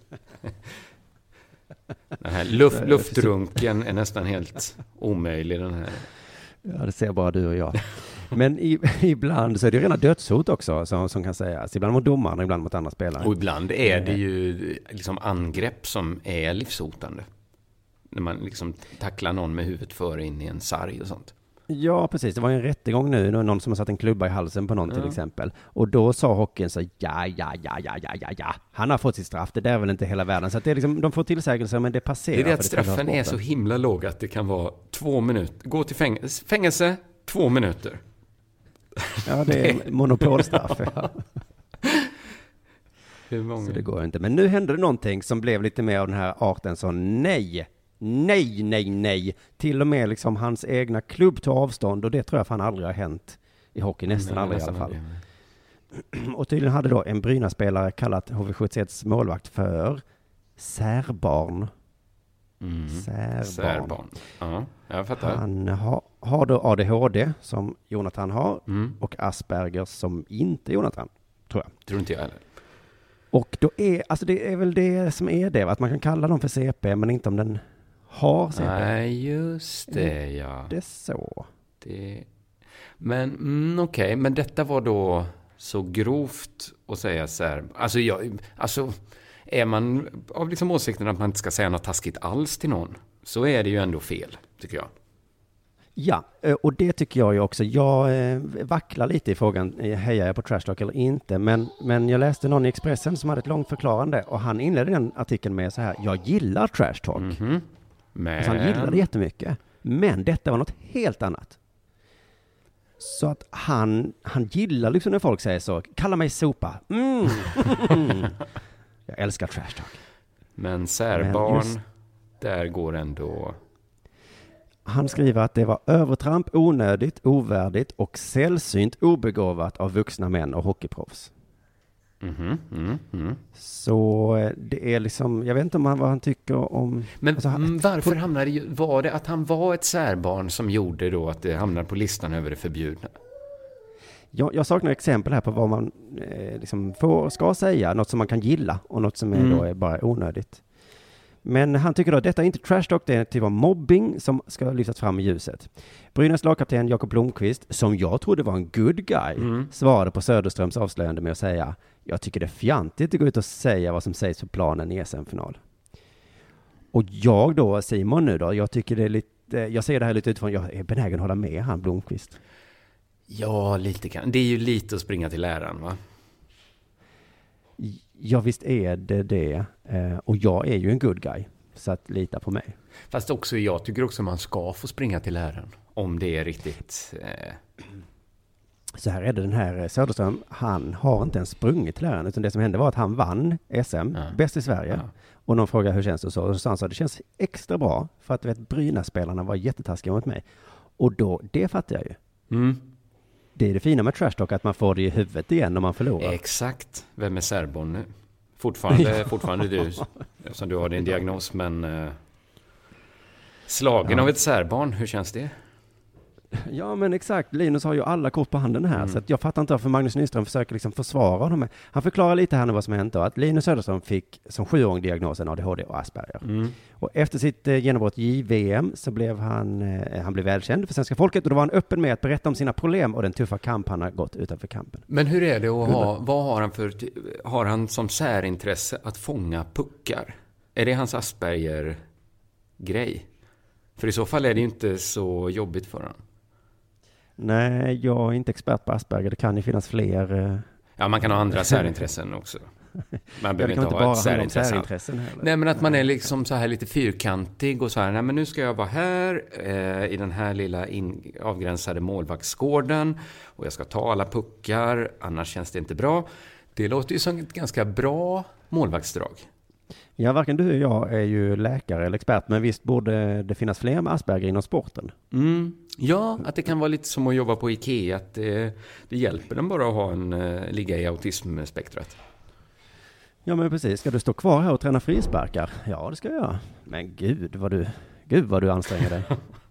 Den här luft, luftrunken är nästan helt omöjlig. Den här. Ja, det ser bara du och jag. Men i, ibland så är det rena dödshot också som, som kan sägas. Ibland mot domarna, ibland mot andra spelare. Och ibland är det ju liksom angrepp som är livshotande. När man liksom tacklar någon med huvudet före in i en sarg och sånt. Ja, precis. Det var en rättegång nu. Någon som har satt en klubba i halsen på någon ja. till exempel. Och då sa hockeyn så ja, ja, ja, ja, ja, ja, ja. Han har fått sitt straff. Det där är väl inte hela världen. Så att det är liksom, de får tillsägelser men det passerar. Det är det att straffen är så himla låg att det kan vara två minuter. Gå till fängelse, fängelse två minuter. Ja, det är monopolstraff. Ja. Hur många? Så det går inte. Men nu hände det någonting som blev lite mer av den här arten så nej. Nej, nej, nej. Till och med liksom hans egna klubb tog avstånd och det tror jag fan aldrig har hänt i hockey, nästan nej, aldrig nästan i alla fall. Det. Och tydligen hade då en Brynäs-spelare kallat H V sjuttioetts målvakt för särbarn. Mm. Särbarn. Särbarn. Ja, jag fattar. Han ha, har då A D H D som Jonathan har mm. och Asperger som inte Jonathan, tror jag. Tror inte jag heller. Och då är, alltså det är väl det som är det, att man kan kalla dem för C P men inte om den har C P. Nej, just det, ja. Det är så. Det... Men, mm, okej, okay. Men detta var då så grovt att säga så här. Alltså, jag, alltså är man av liksom åsikten att man inte ska säga något taskigt alls till någon, så är det ju ändå fel, tycker jag. Ja, och det tycker jag ju också. Jag eh, vacklar lite i frågan, hejar jag på trash talk eller inte, men, men jag läste någon i Expressen som hade ett långt förklarande och han inledde den artikeln med så här, jag gillar trash talk. Mm-hmm. Men... Alltså han gillade jättemycket, men detta var något helt annat. Så att han, han gillar liksom när folk säger så, kalla mig sopa. Mm. Jag älskar trash talk. Men särbarn, men just... där går ändå... Han skriver att det var övertramp, onödigt, ovärdigt och sällsynt obegåvat av vuxna män och hockeyproffs. Mm-hmm, mm, mm. Så det är liksom, jag vet inte om han, vad han tycker om... Men alltså, han, varför på, hamnade det, var det att han var ett särbarn som gjorde då att det hamnade på listan över det förbjudna? Jag, jag saknar exempel här på vad man eh, liksom får, ska säga, något som man kan gilla och något som är, mm. då är bara onödigt. Men han tycker då att detta är inte trash talk, det är en typ av mobbing som ska lyftas fram i ljuset. Brynäs lagkapten Jakob Blomqvist, som jag trodde var en good guy, mm. svarade på Söderströms avslöjande med att säga: jag tycker det är fjantigt att gå ut och säga vad som sägs på planen i S M-final. Och jag då, Simon nu då, jag tycker det är lite, jag ser det här lite utifrån, jag är benägen att hålla med han Blomqvist. Ja, lite kan. Det är ju lite att springa till läraren, va? Ja, visst är det det. Eh, och jag är ju en good guy, så att lita på mig. Fast också, jag tycker också man ska få springa till läraren, om det är riktigt... Eh... Så här är det, den här Söderström, han har inte ens sprungit till läraren, utan det som hände var att han vann S M, ja. bäst i Sverige. Ja. Och någon frågade hur känns det, och så, och så han sa det känns extra bra, för att du vet, Brynäs-spelarna var jättetaskiga mot mig. Och då, det fattar jag ju. Mm. Det är det fina med trash talk, att man får det i huvudet igen när man förlorar. Exakt. Vem är Särbon nu? Fortfarande, fortfarande du, som du har din diagnos, men eh, slagen ja. av ett särbarn, hur känns det? Ja, men exakt. Linus har ju alla kort på handen här, mm. så att jag fattar inte varför Magnus Nyström försöker liksom försvara honom. Han förklarar lite här nu vad som har hänt då, att Linus Söderström fick som sjuåring diagnosen A D H D och Asperger. Mm. Och efter sitt eh, genombrott i V M så blev han, eh, han blev välkänd för svenska folket, och då var han öppen med att berätta om sina problem och den tuffa kamp han har gått utanför kampen. Men hur är det att ha, vad har han för, har han som särintresse att fånga puckar? Är det hans Asperger-grej? För i så fall är det ju inte så jobbigt för honom. Nej, jag är inte expert på Asperger. Det kan ju finnas fler... Ja, man kan ha andra särintressen också. Man behöver inte ha ett särintressen. Nej, men att man är liksom så här lite fyrkantig och så här, nej men nu ska jag vara här eh, i den här lilla in, avgränsade målvaktsgården och jag ska ta alla puckar, annars känns det inte bra. Det låter ju som ett ganska bra målvaktsdrag. Ja, varken du och jag är ju läkare eller expert, men visst borde det finnas fler med Asperger inom sporten. Mm. Ja, att det kan vara lite som att jobba på Ikea, att det, det hjälper dem bara att ha en, uh, ligga i autismspektrat. Ja, men precis. Ska du stå kvar här och träna frisparkar? Ja, det ska jag göra. Men gud vad du, gud vad du anstränger dig.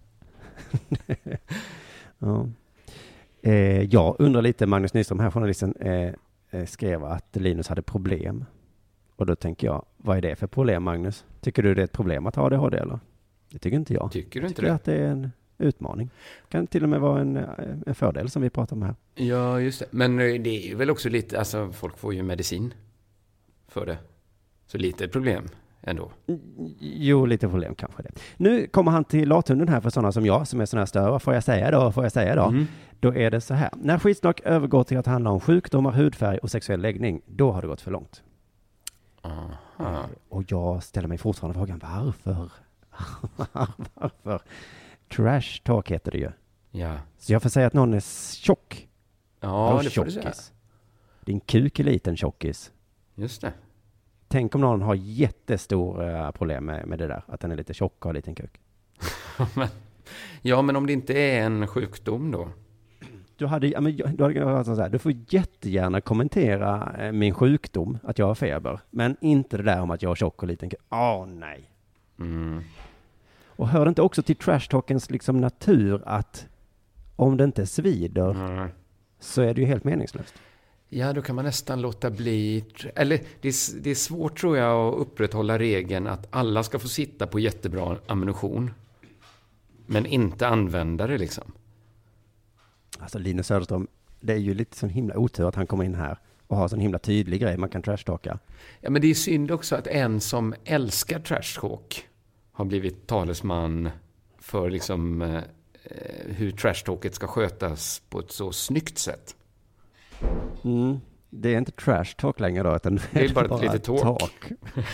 Ja. Eh, jag undrar lite, Magnus Nyström här, journalisten, eh, eh, skrev att Linus hade problem. Och då tänker jag, vad är det för problem, Magnus? Tycker du det är ett problem att ha A D H D eller? Det tycker inte jag. Tycker du inte tycker det? Att det är en utmaning. Kan till och med vara en, en fördel som vi pratar om här. Ja, just det. Men det är ju väl också lite, alltså folk får ju medicin för det. Så lite problem ändå. Jo, lite problem kanske det. Nu kommer han till lathunden här för sådana som jag, som är sådana här stör. Vad får jag säga då? Får jag säga då? Mm. Då är det så här. När skitsnack övergår till att handla om sjukdomar, hudfärg och sexuell läggning, då har det gått för långt. Aha. Och jag ställer mig fortfarande frågan, varför? Varför? Trash talk heter det ju. Ja. Så jag får säga att någon är tjock. Ja, det får du säga. Din kuk är liten tjockis. Just det. Tänk om någon har jättestora problem med, med det där. Att den är lite tjock och har liten kuk. Ja, men om det inte är en sjukdom då? Du hade, ja, men, du, hade så här, du får jättegärna kommentera eh, min sjukdom, att jag har feber. Men inte det där om att jag har tjock och liten kuk. Åh, nej. Mm. Och hör det inte också till trashtalkens liksom natur att om det inte svider mm. så är det ju helt meningslöst. Ja, då kan man nästan låta bli... Eller det är, det är svårt tror jag att upprätthålla regeln att alla ska få sitta på jättebra ammunition. Men inte använda det liksom. Alltså Linus Söderström, det är ju lite sån himla otur att han kommer in här och har sån himla tydlig grej man kan trashtalka. Ja, men det är synd också att en som älskar trashtalk har blivit talesman för liksom eh, hur trashtalket ska skötas på ett så snyggt sätt. Mm. Det är inte trashtalk längre då, utan det är bara, bara ett litet talk. talk.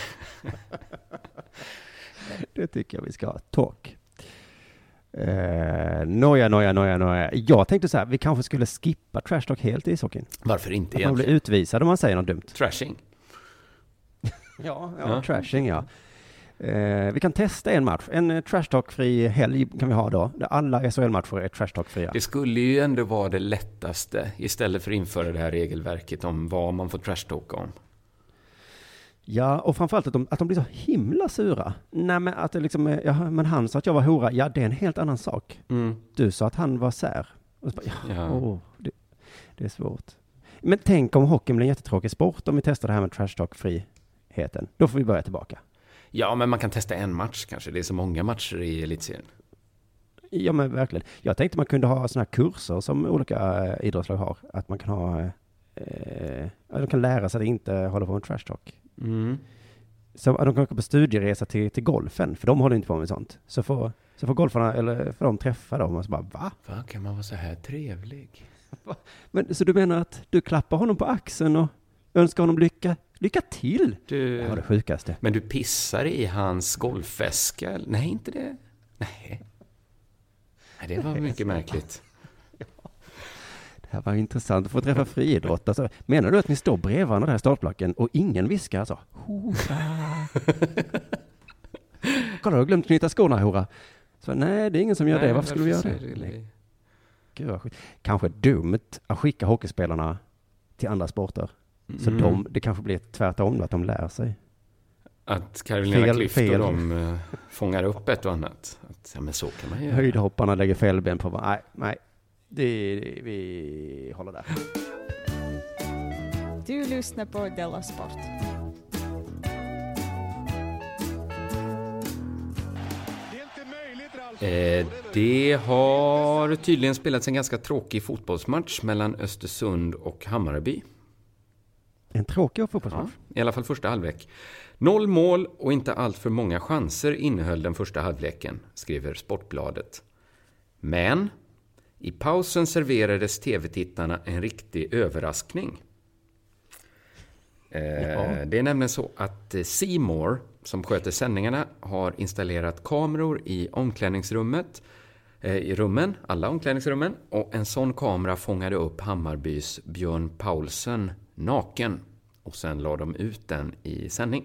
Det tycker jag vi ska ha. Talk. Eh, noja, noja, noja, noja. Jag tänkte så här, vi kanske skulle skippa trashtalk helt i ishockeyn. Varför inte att egentligen? Man blir utvisad om man säger något dumt. Trashing. ja, ja, ja, trashing, ja. Eh, vi kan testa en match. En eh, trashtalk-fri helg kan vi ha då. Där alla S H L-matcher är trashtalk-fria. Det skulle ju ändå vara det lättaste istället för att införa det här regelverket om vad man får trashtalka om. Ja, och framförallt att de, att de blir så himla sura. Nej, men att det liksom, ja, men han sa att jag var hora. Ja, det är en helt annan sak. Mm. Du sa att han var sär. Och så bara, ja, ja. Åh, det, det är svårt. Men tänk om hockeyn blir en jättetråkig sport om vi testar det här med trashtalk-friheten. Då får vi börja tillbaka. Ja, men man kan testa en match kanske. Det är så många matcher i elitserien. Ja, men verkligen. Jag tänkte man kunde ha såna här kurser som olika äh, idrottslag har. Att man kan ha... Äh, de kan lära sig att inte hålla på med trash talk. Mm. Så de kan åka på studieresa till, till golfen. För de håller inte på med sånt. Så får, så får golfarna, eller för de träffa dem och så bara, va? Va, kan man vara så här trevlig? Men, så du menar att du klappar honom på axeln och önskar honom lycka, lycka till? Du, det var det sjukaste. Men du pissar i hans golfväska? Nej, inte det. Nej. Nej, det var mycket märkligt. Det här var intressant att få träffa friidrott. Alltså, menar du att ni står bredvid varandra där i startblocken och ingen viskar så? Hurra! Kolla, du har glömt knyta skorna, hurra. Så, nej, det är ingen som gör nej, det. Varför skulle vi göra det? det? Nej. Gud, vad skit. Kanske dumt att skicka hockeyspelarna till andra sporter. Mm. Så de, det kanske blir tvärtom, att de lär sig. Att Carolina Klüft och de uh, fångar upp ett och annat. Att, ja, men så kan man göra. Höjdhopparna lägger fel ben på. Nej, nej. Det, det, vi håller där. Du lyssnar på Della Sport. Eh, det har tydligen spelats en ganska tråkig fotbollsmatch mellan Östersund och Hammarby. En tråkig fotbollsmatch? Ja, i alla fall första halvlek. Noll mål och inte allt för många chanser innehöll den första halvleken, skriver Sportbladet. Men i pausen serverades tv-tittarna en riktig överraskning. Eh, ja. Det är nämligen så att C More, som sköter sändningarna, har installerat kameror i omklädningsrummet, eh, i rummen, alla omklädningsrummen, och en sån kamera fångade upp Hammarbys Björn Paulsen naken och sen la de ut den i sändning.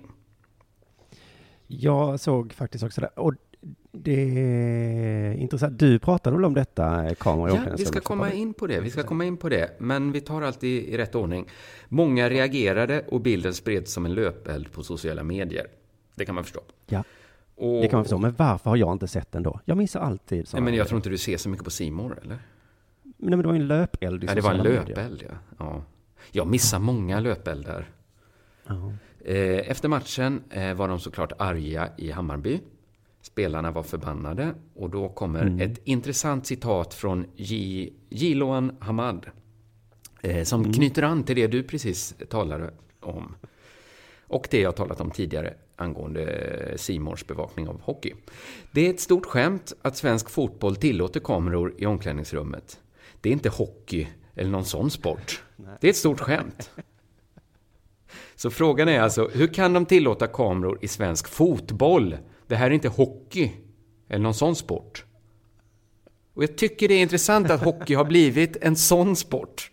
Jag såg faktiskt också det. Och det är intressant. Du pratade väl om detta, kameror i Ja, vi ska komma in på det. Vi ska komma in på det. Men vi tar allt i, i rätt ordning. Många reagerade och bilden spreds som en löpeld på sociala medier. Det kan man förstå. Ja, och, det kan man förstå. Men varför har jag inte sett den då? Jag missar alltid. Nej, men jag tror inte du ser så mycket på C More, eller? Men, men det var en löpeld i ja, det var en medier. löpeld, ja. ja. Jag missar många löpeldar. Uh-huh. Efter matchen var de såklart arga i Hammarby. Spelarna var förbannade. Och då kommer mm. ett intressant citat från G- Jiloan Hamad. Eh, som mm. knyter an till det du precis talade om. Och det jag talat om tidigare angående C Mores bevakning av hockey. Det är ett stort skämt att svensk fotboll tillåter kameror i omklädningsrummet. Det är inte hockey eller någon sån sport. Nej. Det är ett stort skämt. Så frågan är alltså, hur kan de tillåta kameror i svensk fotboll? Det här är inte hockey eller någon sån sport. Och jag tycker det är intressant att hockey har blivit en sån sport.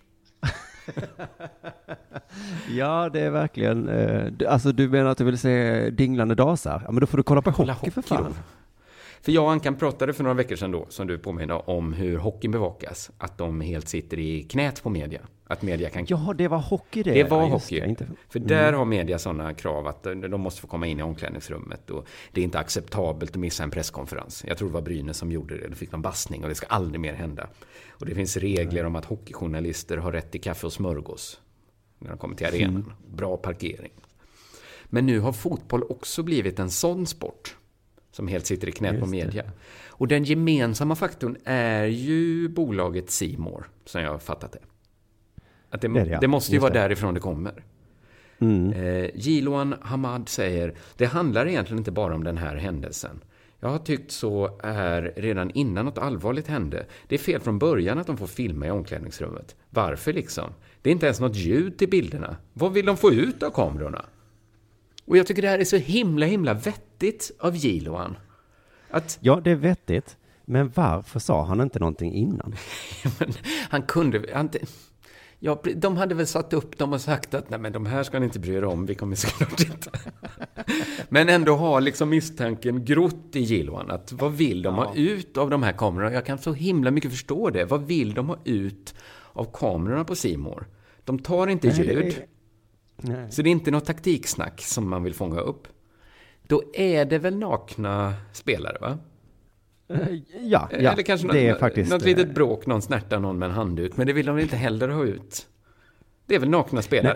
Ja, det är verkligen... Eh, alltså du menar att du vill se dinglande dasar? Ja, men då får du kolla på hockey, hockey för fan. För jag och Ankan pratade för några veckor sedan då, som du påminner om hur hockeyn bevakas. Att de helt sitter i knät på media. Att media kan... Ja, det var hockey det. Det var ja, hockey. Det, inte... För mm. där har media sådana krav att de måste få komma in i omklädningsrummet. Och det är inte acceptabelt att missa en presskonferens. Jag tror det var Brynäs som gjorde det. Då fick de bastning och det ska aldrig mer hända. Och det finns regler mm. om att hockeyjournalister har rätt till kaffe och smörgås när de kommer till arenan. Mm. Bra parkering. Men nu har fotboll också blivit en sån sport som helt sitter i knät på media. Och den gemensamma faktorn är ju bolaget C More, som jag har fattat det. Att det, det, ja. det måste ju Just vara det. därifrån det kommer. Mm. Eh, Jiloan Hamad säger, det handlar egentligen inte bara om den här händelsen. Jag har tyckt så här redan innan något allvarligt hände. Det är fel från början att de får filma i omklädningsrummet. Varför liksom? Det är inte ens något ljud till bilderna. Vad vill de få ut av kamerorna? Och jag tycker det här är så himla, himla vettigt av Jiloan. Att... Ja, det är vettigt. Men varför sa han inte någonting innan? men han kunde... Han, ja, de hade väl satt upp dem och sagt att nej, men de här ska ni inte bry er om. Vi kommer såklart inte. Men ändå har liksom misstanken grott i Jiloan. Att vad vill de ja. ha ut av de här kamerorna? Jag kan så himla mycket förstå det. Vad vill de ha ut av kamerorna på C More? De tar inte nej, ljud. Det är... Nej. Så det är inte något taktiksnack som man vill fånga upp. Då är det väl nakna spelare, va? Uh, ja, Eller ja kanske det något, är faktiskt... något litet bråk, någon snärtar någon med en handduk. Men det vill de inte heller ha ut. Det är väl nakna spelare, nej. va?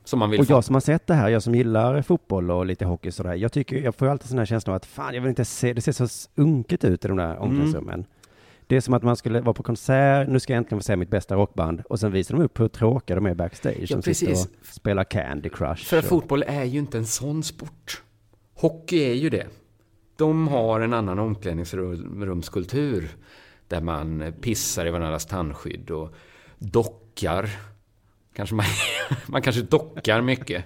Som man vill och få. jag som har sett det här, jag som gillar fotboll och lite hockey och sådär, jag tycker, jag får alltid sån här känsla av att fan, jag vill inte se, det ser så unket ut i de där omklädningsrummen. Mm. Det är som att man skulle vara på konsert, nu ska jag äntligen få se mitt bästa rockband, och sen visar de upp hur tråkiga de är backstage, ja, som precis. sitter och spelar Candy Crush. För och... fotboll är ju inte en sån sport. Hockey är ju det. De har en annan omklädningsrumskultur där man pissar i varandras tandskydd och dockar. Kanske man, man kanske dockar mycket.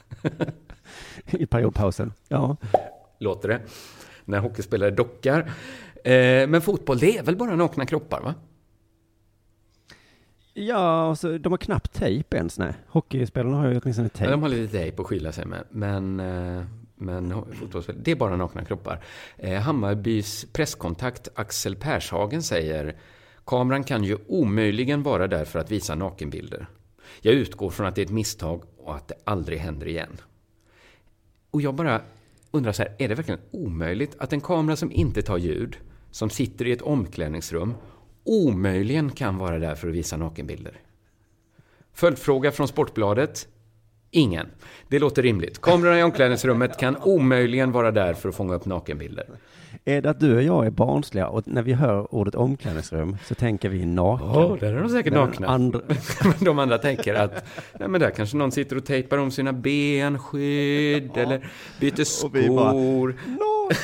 I periodpausen, ja. Låter det. När hockeyspelare dockar. Eh, men fotboll, det är väl bara nakna kroppar, va? Ja, alltså, de har knappt tejp ens, nej. Hockeyspelarna har ju åtminstone tejp. Ja, de har lite tejp att skylla sig med. Men, eh, men fotbollsspelare, det är bara nakna kroppar. Eh, Hammarbys presskontakt Axel Pershagen säger: kameran kan ju omöjligen vara där för att visa nakenbilder. Jag utgår från att det är ett misstag och att det aldrig händer igen. Och jag bara undrar så här, är det verkligen omöjligt att en kamera som inte tar ljud, som sitter i ett omklädningsrum, omöjligen kan vara där för att visa nakenbilder? Följdfråga från Sportbladet: ingen. Det låter rimligt. Kamerorna i omklädningsrummet kan omöjligen vara där för att fånga upp nakenbilder. Är det att du och jag är barnsliga och när vi hör ordet omklädningsrum så tänker vi naken? Ja, oh, där är de säkert men nakna. Andra... de andra tänker att nej, men där kanske någon sitter och tejpar om sina benskydd ja. eller byter skor. Bara,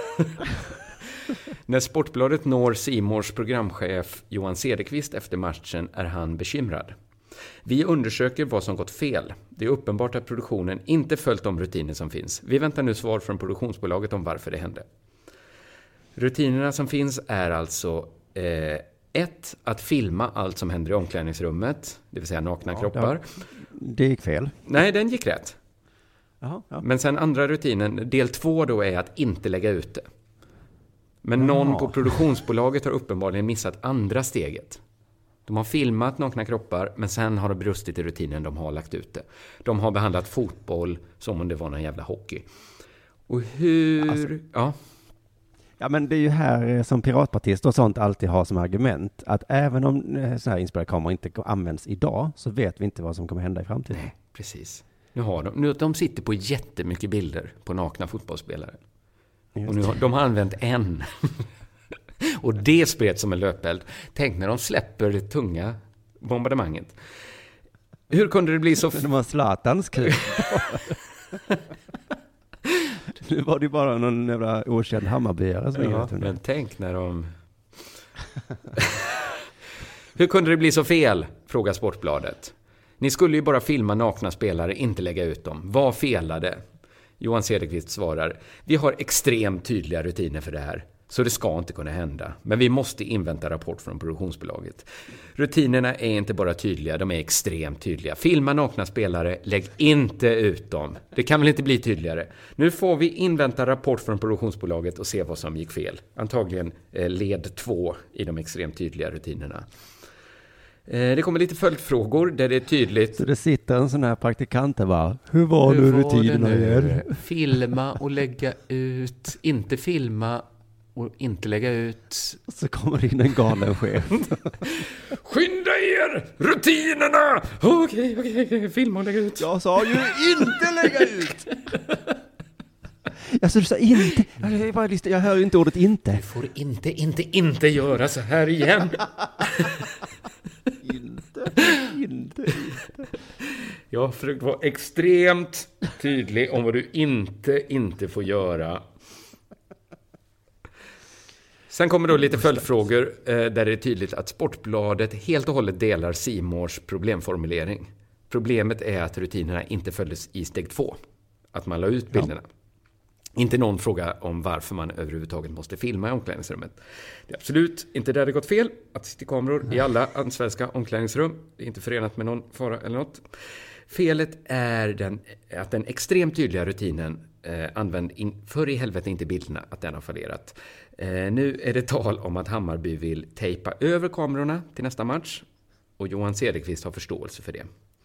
när Sportbladet når C Mores programchef Johan Cederqvist efter matchen är han bekymrad. Vi undersöker vad som gått fel. Det är uppenbart att produktionen inte följt de rutiner som finns. Vi väntar nu svar från produktionsbolaget om varför det hände. Rutinerna som finns är alltså eh, ett, att filma allt som händer i omklädningsrummet, det vill säga nakna ja, kroppar. Det gick fel. Nej, den gick rätt. Aha, ja. Men sen andra rutinen, del två då, är att inte lägga ut det. Men någon ja. på produktionsbolaget har uppenbarligen missat andra steget. De har filmat nakna kroppar, men sen har det brustit i rutinen, de har lagt ut det. De har behandlat fotboll som om det var någon jävla hockey. Och hur... Alltså, ja. Ja, men det är ju här som piratpartister och sånt alltid har som argument att även om så här inspelade kameror inte används idag så vet vi inte vad som kommer hända i framtiden. Nej, precis. Nu har de, nu, de sitter på jättemycket bilder på nakna fotbollsspelare. Just och nu har, de har använt en. Och det spreds som en löpeld. Tänk när de släpper det tunga bombardemanget. Hur kunde det bli så... De var Zlatans kul. Nu var det bara någon jävla okänd Hammarbyare som ja, men tänk när de... Hur kunde det bli så fel? Frågar Sportbladet. Ni skulle ju bara filma nakna spelare, inte lägga ut dem. Vad felade? Johan Cederqvist svarar: vi har extremt tydliga rutiner för det här. Så det ska inte kunna hända. Men vi måste invänta rapport från produktionsbolaget. Rutinerna är inte bara tydliga, de är extremt tydliga. Filma nakna spelare, lägg inte ut dem. Det kan väl inte bli tydligare. Nu får vi invänta rapport från produktionsbolaget och se vad som gick fel. Antagligen eh, led två i de extremt tydliga rutinerna. Eh, det kommer lite följdfrågor där det är tydligt. Så det sitter en sån här praktikant där bara: hur var nu rutinerna igen? Filma och lägga ut, inte filma och inte lägga ut. Så kommer det in en galen chef. Skynda er! Rutinerna! Okej, okej, okej. Filma och lägga ut. Jag sa ju inte lägga ut! Alltså du sa inte. Jag, bara lyssnar, jag hör ju inte ordet inte. Du får inte, inte, inte göra så här igen. inte, inte, inte. Jag har försökt vara extremt tydlig om vad du inte, inte får göra. Sen kommer då lite följdfrågor eh, där det är tydligt att Sportbladet helt och hållet delar C Mores problemformulering. Problemet är att rutinerna inte följdes i steg två. Att man la ut bilderna. Ja. Inte någon fråga om varför man överhuvudtaget måste filma i omklädningsrummet. Det är absolut inte där det gått fel att sitta kameror Nej. i alla svenska omklädningsrum. Det är inte förenat med någon fara eller något. Felet är den, att den extremt tydliga rutinen eh, använd in, för i helvete inte bilderna, att den har fallerat. Eh, nu är det tal om att Hammarby vill tejpa över kamerorna till nästa match. Och Johan Cederqvist har förståelse för det.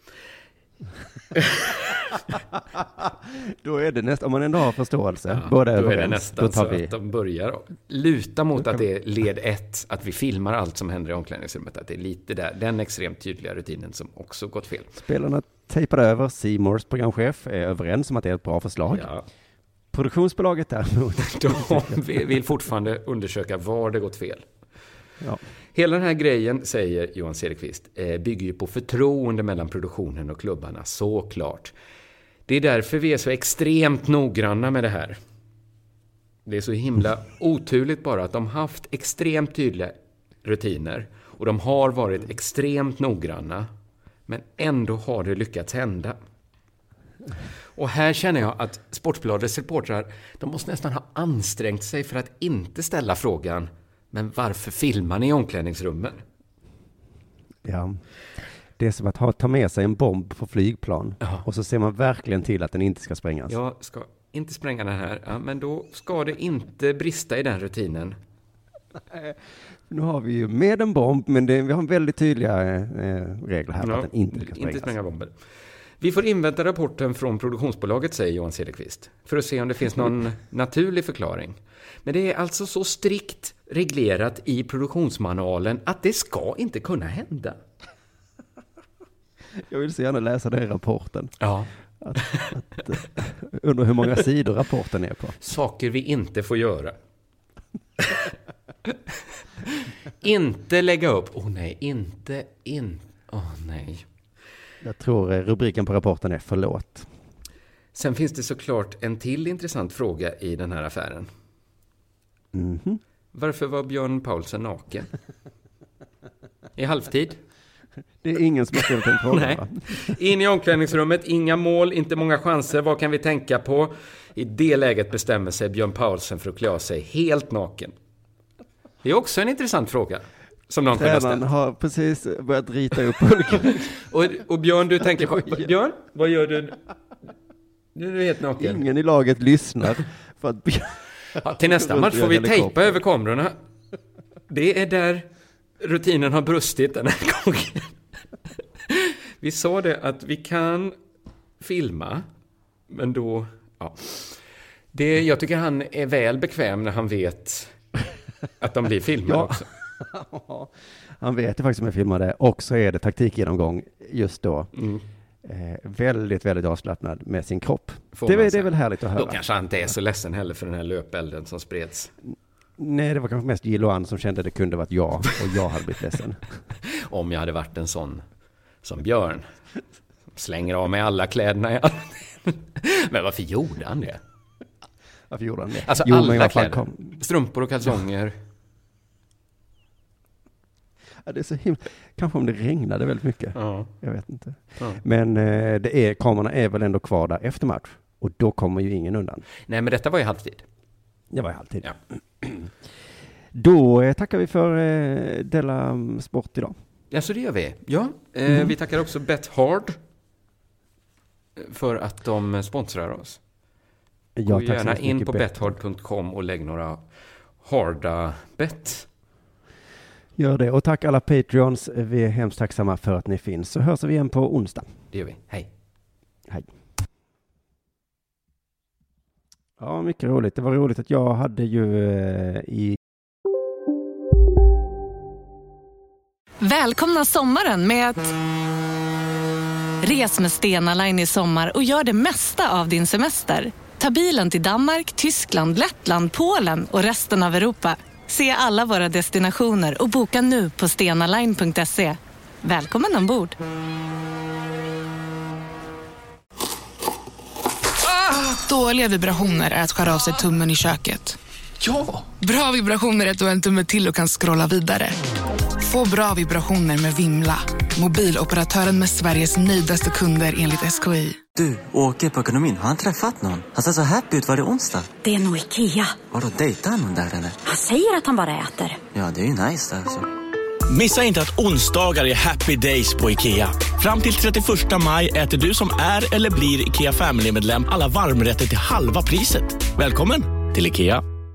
Då är det nästan, om man ändå har förståelse, ja, båda då är är det nästan så vi... att de börjar luta mot att det är led ett, att vi filmar allt som händer i omklädningsrummet, att det är lite där, den extremt tydliga rutinen som också gått fel. Spelarna tejpade över. C Mores programchef är överens om att det är ett bra förslag. Ja. Produktionsbolaget däremot. De vill fortfarande undersöka var det gått fel. Ja. Hela den här grejen, säger Johan Cederqvist, bygger ju på förtroende mellan produktionen och klubbarna, såklart. Det är därför vi är så extremt noggranna med det här. Det är så himla oturligt bara att de haft extremt tydliga rutiner och de har varit extremt noggranna, men ändå har det lyckats hända. Och här känner jag att Sportbladets reportrar, de måste nästan ha ansträngt sig för att inte ställa frågan, men varför filmar ni i omklädningsrummen? Ja, det är som att ha, ta med sig en bomb på flygplan. Ja. Och så ser man verkligen till att den inte ska sprängas. Jag ska inte spränga den här, ja, men då ska det inte brista i den rutinen. Nu har vi ju med en bomb, men det, vi har väldigt tydliga eh, regler här, ja, att den inte ska sprängas. Inte spränga bomber. Vi får invänta rapporten från produktionsbolaget, säger Johan Cederqvist, för att se om det finns någon naturlig förklaring. Men det är alltså så strikt reglerat i produktionsmanualen att det ska inte kunna hända. Jag vill så gärna läsa den rapporten. Ja. Att, att, undrar hur många sidor rapporten är på. Saker vi inte får göra. Inte lägga upp. Åh oh, nej, inte in. Åh oh, nej. Jag tror rubriken på rapporten är förlåt. Sen finns det såklart en till intressant fråga i den här affären. Mm-hmm. Varför var Björn Paulsen naken? I halvtid? Det är ingen som har ställt en fråga. Nej. In i omklädningsrummet, inga mål, inte många chanser. Vad kan vi tänka på? I det läget bestämmer sig Björn Paulsen för att klä av sig helt naken. Det är också en intressant fråga som någon kunde ha ställt. Har precis börjat rita upp. och, och Björn, du tänker på... Björn, vad gör du? Du är helt naken. Ingen i laget lyssnar. För att ja, till nästa match får vi tejpa över kamerorna. Det är där rutinen har brustit den här gången. Vi sa det att vi kan filma, men då... Ja. Det, jag tycker han är väl bekväm när han vet att de blir filmade ja. också. Han vet ju faktiskt om jag filmade, och så är det taktikgenomgång just då. Mm. Eh, väldigt, väldigt avslappnad med sin kropp. Det, det är väl härligt att höra. Då kanske han inte är så ledsen heller för den här löpelden som spreds. Nej, det var kanske mest Giloan som kände att det kunde varit jag, och jag hade blivit ledsen. Om jag hade varit en sån som Björn. Slänger av mig alla kläderna. Men varför gjorde han det? Varför gjorde han det? Alltså jo, alla kläder. Kom... Strumpor och kalsonger. Ja, det är så himla... Kanske om det regnade väldigt mycket. Ja. Jag vet inte. Ja. Men eh, det är, kamerorna är väl ändå kvar där efter match. Och då kommer ju ingen undan. Nej, men detta var ju halvtid. Det var ju halvtid. Ja. Då eh, tackar vi för eh, Della Sport idag. Ja, så det gör vi. Ja, eh, mm. Vi tackar också BetHard för att de sponsrar oss. Ja, Gå gärna in på bethard punkt com och lägg några harda bet. Gör det. Och tack alla Patreons. Vi är hemskt tacksamma för att ni finns. Så hörs vi igen på onsdag. Det gör vi. Hej. Hej. Ja, mycket roligt. Det var roligt att jag hade ju eh, i... Välkomna sommaren med att... Res med Stena Line i sommar och gör det mesta av din semester. Ta bilen till Danmark, Tyskland, Lettland, Polen och resten av Europa. Se alla våra destinationer och boka nu på stenaline punkt se. Välkommen ombord! Ah, dåliga vibrationer är att skära av sig tummen i köket. Ja! Bra vibrationer är att du har en tumme till och kan scrolla vidare. Få bra vibrationer med Vimla. Mobiloperatören med Sveriges nöjdaste kunder enligt S K I. Du, åker på ekonomin. Har han träffat någon? Han ser så happy ut. Var det onsdag? Det är nog Ikea. Har du dejtat någon där eller? Han säger att han bara äter. Ja, det är ju nice alltså. Missa inte att onsdagar är happy days på Ikea. Fram till trettioförsta maj äter du som är eller blir Ikea Family-medlem alla varmrätter till halva priset. Välkommen till Ikea.